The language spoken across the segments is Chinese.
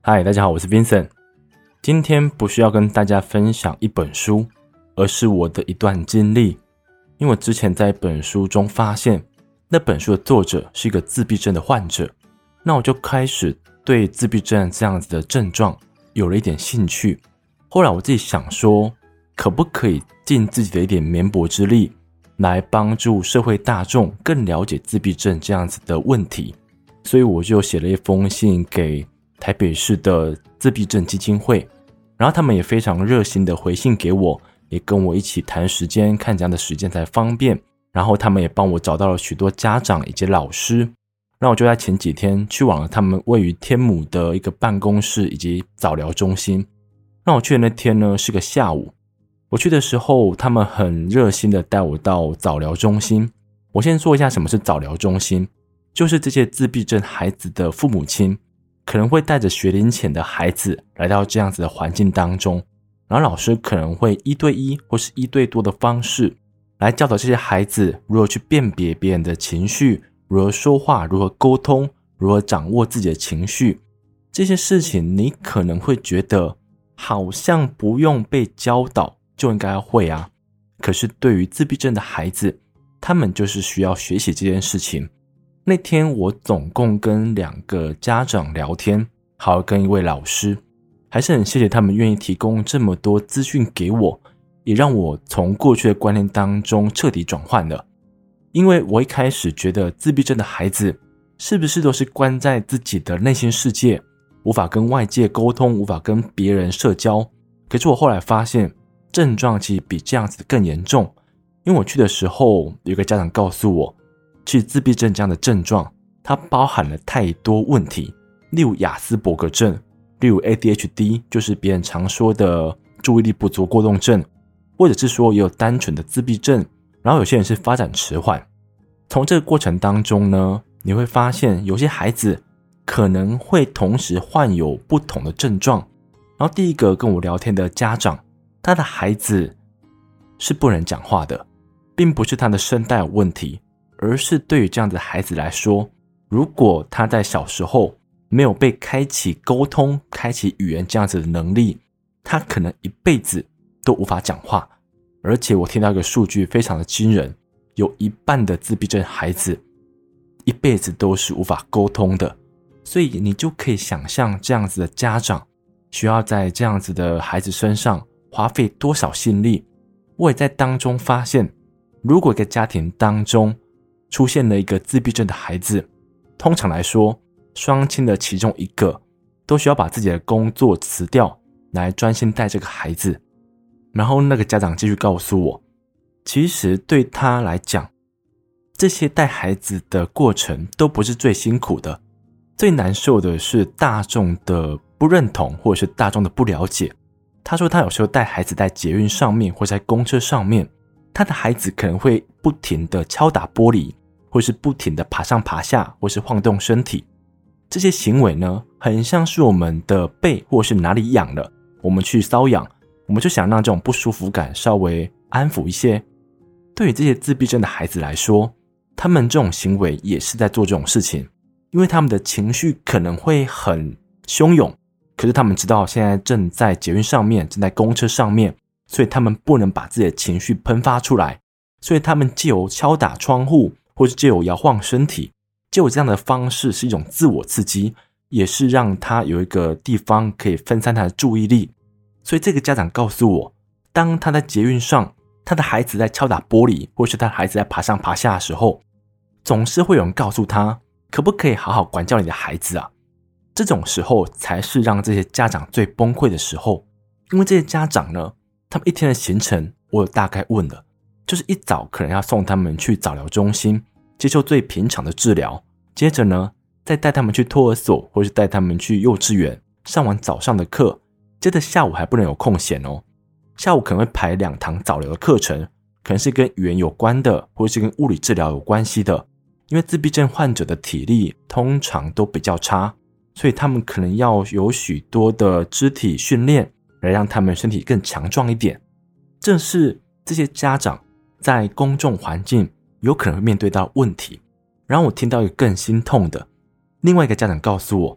嗨，大家好，我是 Vincent。今天不是要跟大家分享一本书，而是我的一段经历。因为我之前在一本书中发现，那本书的作者是一个自闭症的患者，那我就开始对自闭症这样子的症状有了一点兴趣。后来我自己想说，可不可以尽自己的一点绵薄之力，来帮助社会大众更了解自闭症这样子的问题。所以我就写了一封信给台北市的自闭症基金会，然后他们也非常热心的回信给我，也跟我一起谈时间，看怎样的时间才方便。然后他们也帮我找到了许多家长以及老师，然后我就在前几天去往了他们位于天母的一个办公室以及早疗中心。让我去的那天呢是个下午，我去的时候他们很热心的带我到早疗中心。我先说一下什么是早疗中心，就是这些自闭症孩子的父母亲可能会带着学龄前的孩子来到这样子的环境当中，然后老师可能会1对1或是1对多的方式来教导这些孩子如何去辨别别人的情绪，如何说话，如何沟通，如何掌握自己的情绪。这些事情你可能会觉得好像不用被教导就应该要会啊，可是对于自闭症的孩子，他们就是需要学习这件事情。那天我总共跟2个家长聊天，还有跟一位老师，还是很谢谢他们愿意提供这么多资讯给我，也让我从过去的观念当中彻底转换了。因为我一开始觉得自闭症的孩子是不是都是关在自己的内心世界，无法跟外界沟通，无法跟别人社交。可是我后来发现症状其实比这样子更严重。因为我去的时候有个家长告诉我，其实自闭症这样的症状它包含了太多问题，例如亚斯伯格症，例如 ADHD， 就是别人常说的注意力不足过动症，或者是说也有单纯的自闭症，然后有些人是发展迟缓。从这个过程当中呢，你会发现有些孩子可能会同时患有不同的症状。然后第一个跟我聊天的家长，他的孩子是不能讲话的，并不是他的声带有问题，而是对于这样的孩子来说，如果他在小时候没有被开启沟通，开启语言这样子的能力，他可能一辈子都无法讲话。而且我听到一个数据非常的惊人，有1半的自闭症孩子一辈子都是无法沟通的。所以你就可以想象这样子的家长需要在这样子的孩子身上花费多少心力。我也在当中发现，如果一个家庭当中出现了一个自闭症的孩子，通常来说双亲的其中一个都需要把自己的工作辞掉，来专心带这个孩子。然后那个家长继续告诉我，其实对他来讲，这些带孩子的过程都不是最辛苦的，最难受的是大众的不认同，或者是大众的不了解。他说他有时候带孩子在捷运上面或在公车上面，他的孩子可能会不停的敲打玻璃，或是不停的爬上爬下，或是晃动身体。这些行为呢，很像是我们的背或是哪里痒了，我们去搔痒，我们就想让这种不舒服感稍微安抚一些。对于这些自闭症的孩子来说，他们这种行为也是在做这种事情，因为他们的情绪可能会很汹涌，可是他们知道现在正在捷运上面，正在公车上面，所以他们不能把自己的情绪喷发出来，所以他们藉由敲打窗户，或是藉由摇晃身体，藉由这样的方式是一种自我刺激，也是让他有一个地方可以分散他的注意力。所以这个家长告诉我，当他在捷运上，他的孩子在敲打玻璃，或是他的孩子在爬上爬下的时候，总是会有人告诉他，可不可以好好管教你的孩子啊？这种时候才是让这些家长最崩溃的时候。因为这些家长呢，他们一天的行程我有大概问了，就是一早可能要送他们去早疗中心接受最平常的治疗，接着呢再带他们去托儿所，或是带他们去幼稚园上完早上的课，接着下午还不能有空闲哦，下午可能会排2堂早疗的课程，可能是跟语言有关的，或是跟物理治疗有关系的。因为自闭症患者的体力通常都比较差，所以他们可能要有许多的肢体训练来让他们身体更强壮一点。这是这些家长在公众环境有可能会面对到问题。然后我听到一个更心痛的，另外一个家长告诉我，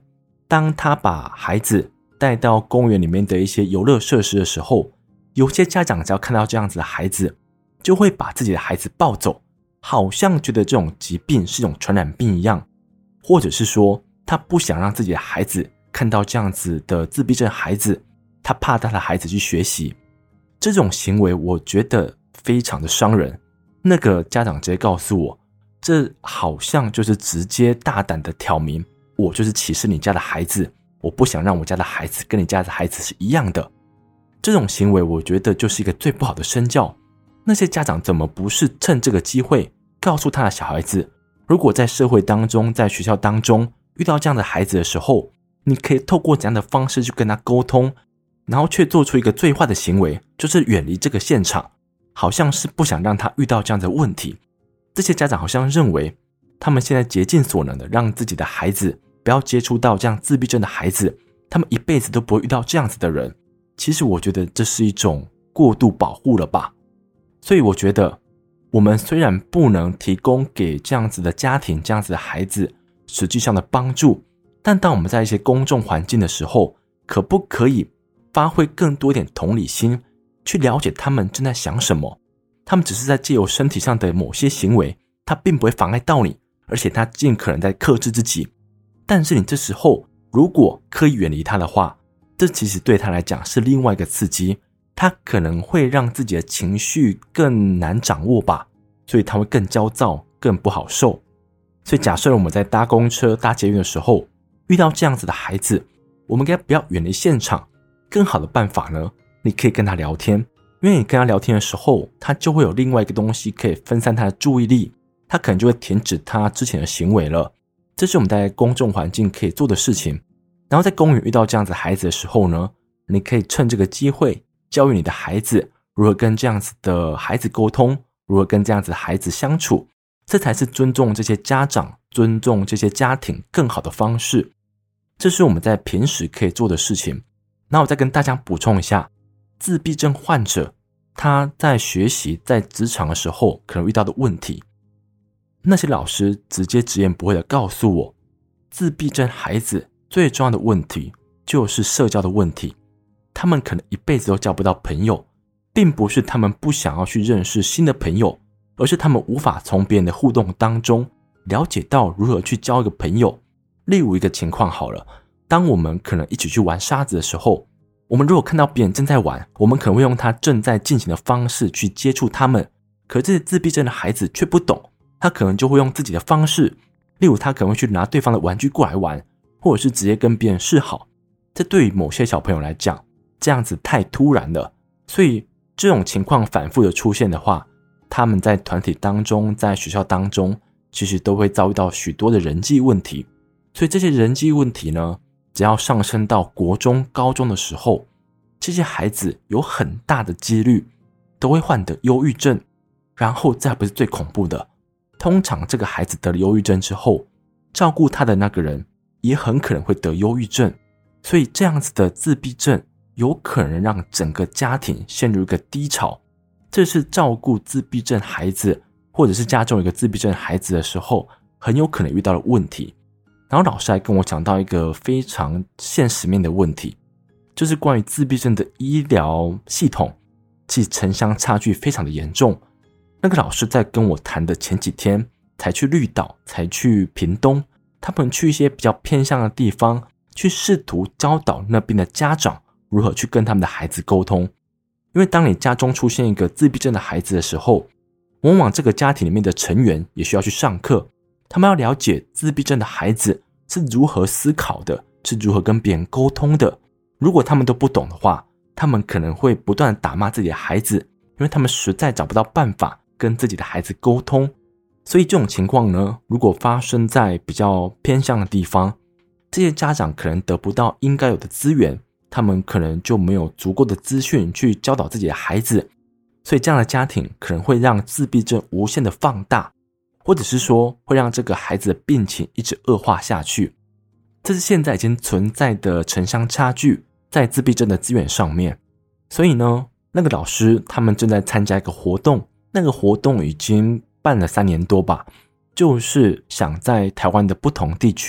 当他把孩子带到公园里面的一些游乐设施的时候，有些家长只要看到这样子的孩子，就会把自己的孩子抱走，好像觉得这种疾病是一种传染病一样，或者是说他不想让自己的孩子看到这样子的自闭症孩子，他怕他的孩子去学习。这种行为我觉得非常的伤人。那个家长直接告诉我，这好像就是直接大胆的挑明，我就是歧视你家的孩子，我不想让我家的孩子跟你家的孩子是一样的。这种行为我觉得就是一个最不好的身教。那些家长怎么不是趁这个机会告诉他的小孩子，如果在社会当中，在学校当中遇到这样的孩子的时候，你可以透过怎样的方式去跟他沟通，然后却做出一个最坏的行为，就是远离这个现场，好像是不想让他遇到这样的问题。这些家长好像认为他们现在竭尽所能的让自己的孩子不要接触到这样自闭症的孩子，他们一辈子都不会遇到这样子的人。其实我觉得这是一种过度保护了吧。所以我觉得我们虽然不能提供给这样子的家庭，这样子的孩子实际上的帮助，但当我们在一些公众环境的时候，可不可以发挥更多一点同理心，去了解他们正在想什么。他们只是在借由身体上的某些行为，他并不会妨碍到你，而且他尽可能在克制自己。但是你这时候如果刻意远离他的话，这其实对他来讲是另外一个刺激，他可能会让自己的情绪更难掌握吧，所以他会更焦躁，更不好受。所以假设我们在搭公车搭捷运的时候遇到这样子的孩子，我们应该不要远离现场。更好的办法呢，你可以跟他聊天，因为你跟他聊天的时候，他就会有另外一个东西可以分散他的注意力，他可能就会停止他之前的行为了。这是我们在公众环境可以做的事情。然后在公园遇到这样子的孩子的时候呢，你可以趁这个机会教育你的孩子如何跟这样子的孩子沟通，如何跟这样子的孩子相处，这才是尊重这些家长，尊重这些家庭更好的方式。这是我们在平时可以做的事情。那我再跟大家补充一下，自闭症患者他在学习在职场的时候可能遇到的问题。那些老师直接直言不讳的告诉我，自闭症孩子最重要的问题就是社交的问题。他们可能一辈子都交不到朋友，并不是他们不想要去认识新的朋友，而是他们无法从别人的互动当中了解到如何去交一个朋友。例如一个情况好了，当我们可能一起去玩沙子的时候，我们如果看到别人正在玩，我们可能会用他正在进行的方式去接触他们，可是这些自闭症的孩子却不懂，他可能就会用自己的方式，例如他可能会去拿对方的玩具过来玩，或者是直接跟别人示好。这对于某些小朋友来讲，这样子太突然了，所以这种情况反复的出现的话，他们在团体当中，在学校当中，其实都会遭遇到许多的人际问题。所以这些人际问题呢，只要上升到国中、高中的时候，这些孩子有很大的几率都会患得忧郁症。然后再不是最恐怖的，通常这个孩子得了忧郁症之后，照顾他的那个人也很可能会得忧郁症。所以这样子的自闭症有可能让整个家庭陷入一个低潮。这是照顾自闭症孩子，或者是家中有一个自闭症孩子的时候，很有可能遇到的问题。然后老师还跟我讲到一个非常现实面的问题，就是关于自闭症的医疗系统，其实城乡差距非常的严重。那个老师在跟我谈的前几天才去绿岛，才去屏东，他们去一些比较偏向的地方，去试图教导那边的家长如何去跟他们的孩子沟通。因为当你家中出现一个自闭症的孩子的时候，往往这个家庭里面的成员也需要去上课，他们要了解自闭症的孩子是如何思考的，是如何跟别人沟通的。如果他们都不懂的话，他们可能会不断打骂自己的孩子，因为他们实在找不到办法跟自己的孩子沟通。所以这种情况呢，如果发生在比较偏向的地方，这些家长可能得不到应该有的资源，他们可能就没有足够的资讯去教导自己的孩子，所以这样的家庭可能会让自闭症无限的放大，或者是说会让这个孩子的病情一直恶化下去。这是现在已经存在的城乡差距在自闭症的资源上面。所以呢，那个老师他们正在参加一个活动，那个活动已经办了3年多吧，就是想在台湾的不同地区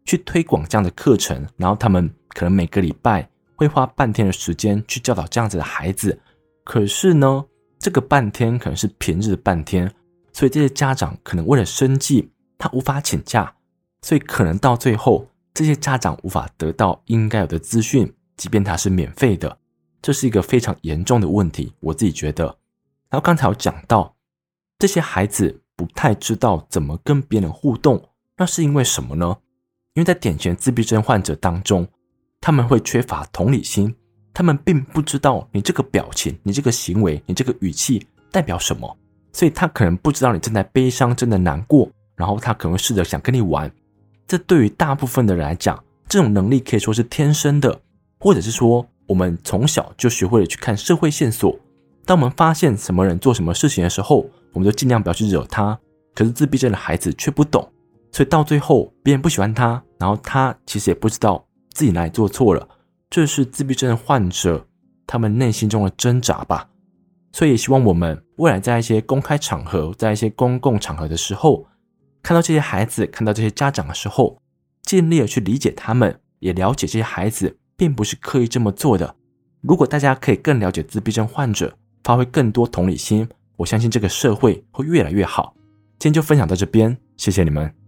去推广这样的课程，然后他们可能每个礼拜会花半天的时间去教导这样子的孩子。可是呢，这个半天可能是平日的半天，所以这些家长可能为了生计，他无法请假，所以可能到最后这些家长无法得到应该有的资讯，即便它是免费的。这是一个非常严重的问题，我自己觉得。然后刚才有讲到这些孩子不太知道怎么跟别人互动，那是因为什么呢？因为在典型自闭症患者当中，他们会缺乏同理心，他们并不知道你这个表情，你这个行为，你这个语气代表什么，所以他可能不知道你正在悲伤，正在难过，然后他可能会试着想跟你玩。这对于大部分的人来讲，这种能力可以说是天生的，或者是说我们从小就学会了去看社会线索。当我们发现什么人做什么事情的时候，我们就尽量不要去惹他。可是自闭症的孩子却不懂，所以到最后别人不喜欢他，然后他其实也不知道自己哪里做错了。这是自闭症患者他们内心中的挣扎吧。所以也希望我们未来在一些公开场合，在一些公共场合的时候，看到这些孩子，看到这些家长的时候，尽力的去理解他们，也了解这些孩子并不是刻意这么做的。如果大家可以更了解自闭症患者，发挥更多同理心，我相信这个社会会越来越好。今天就分享到这边，谢谢你们。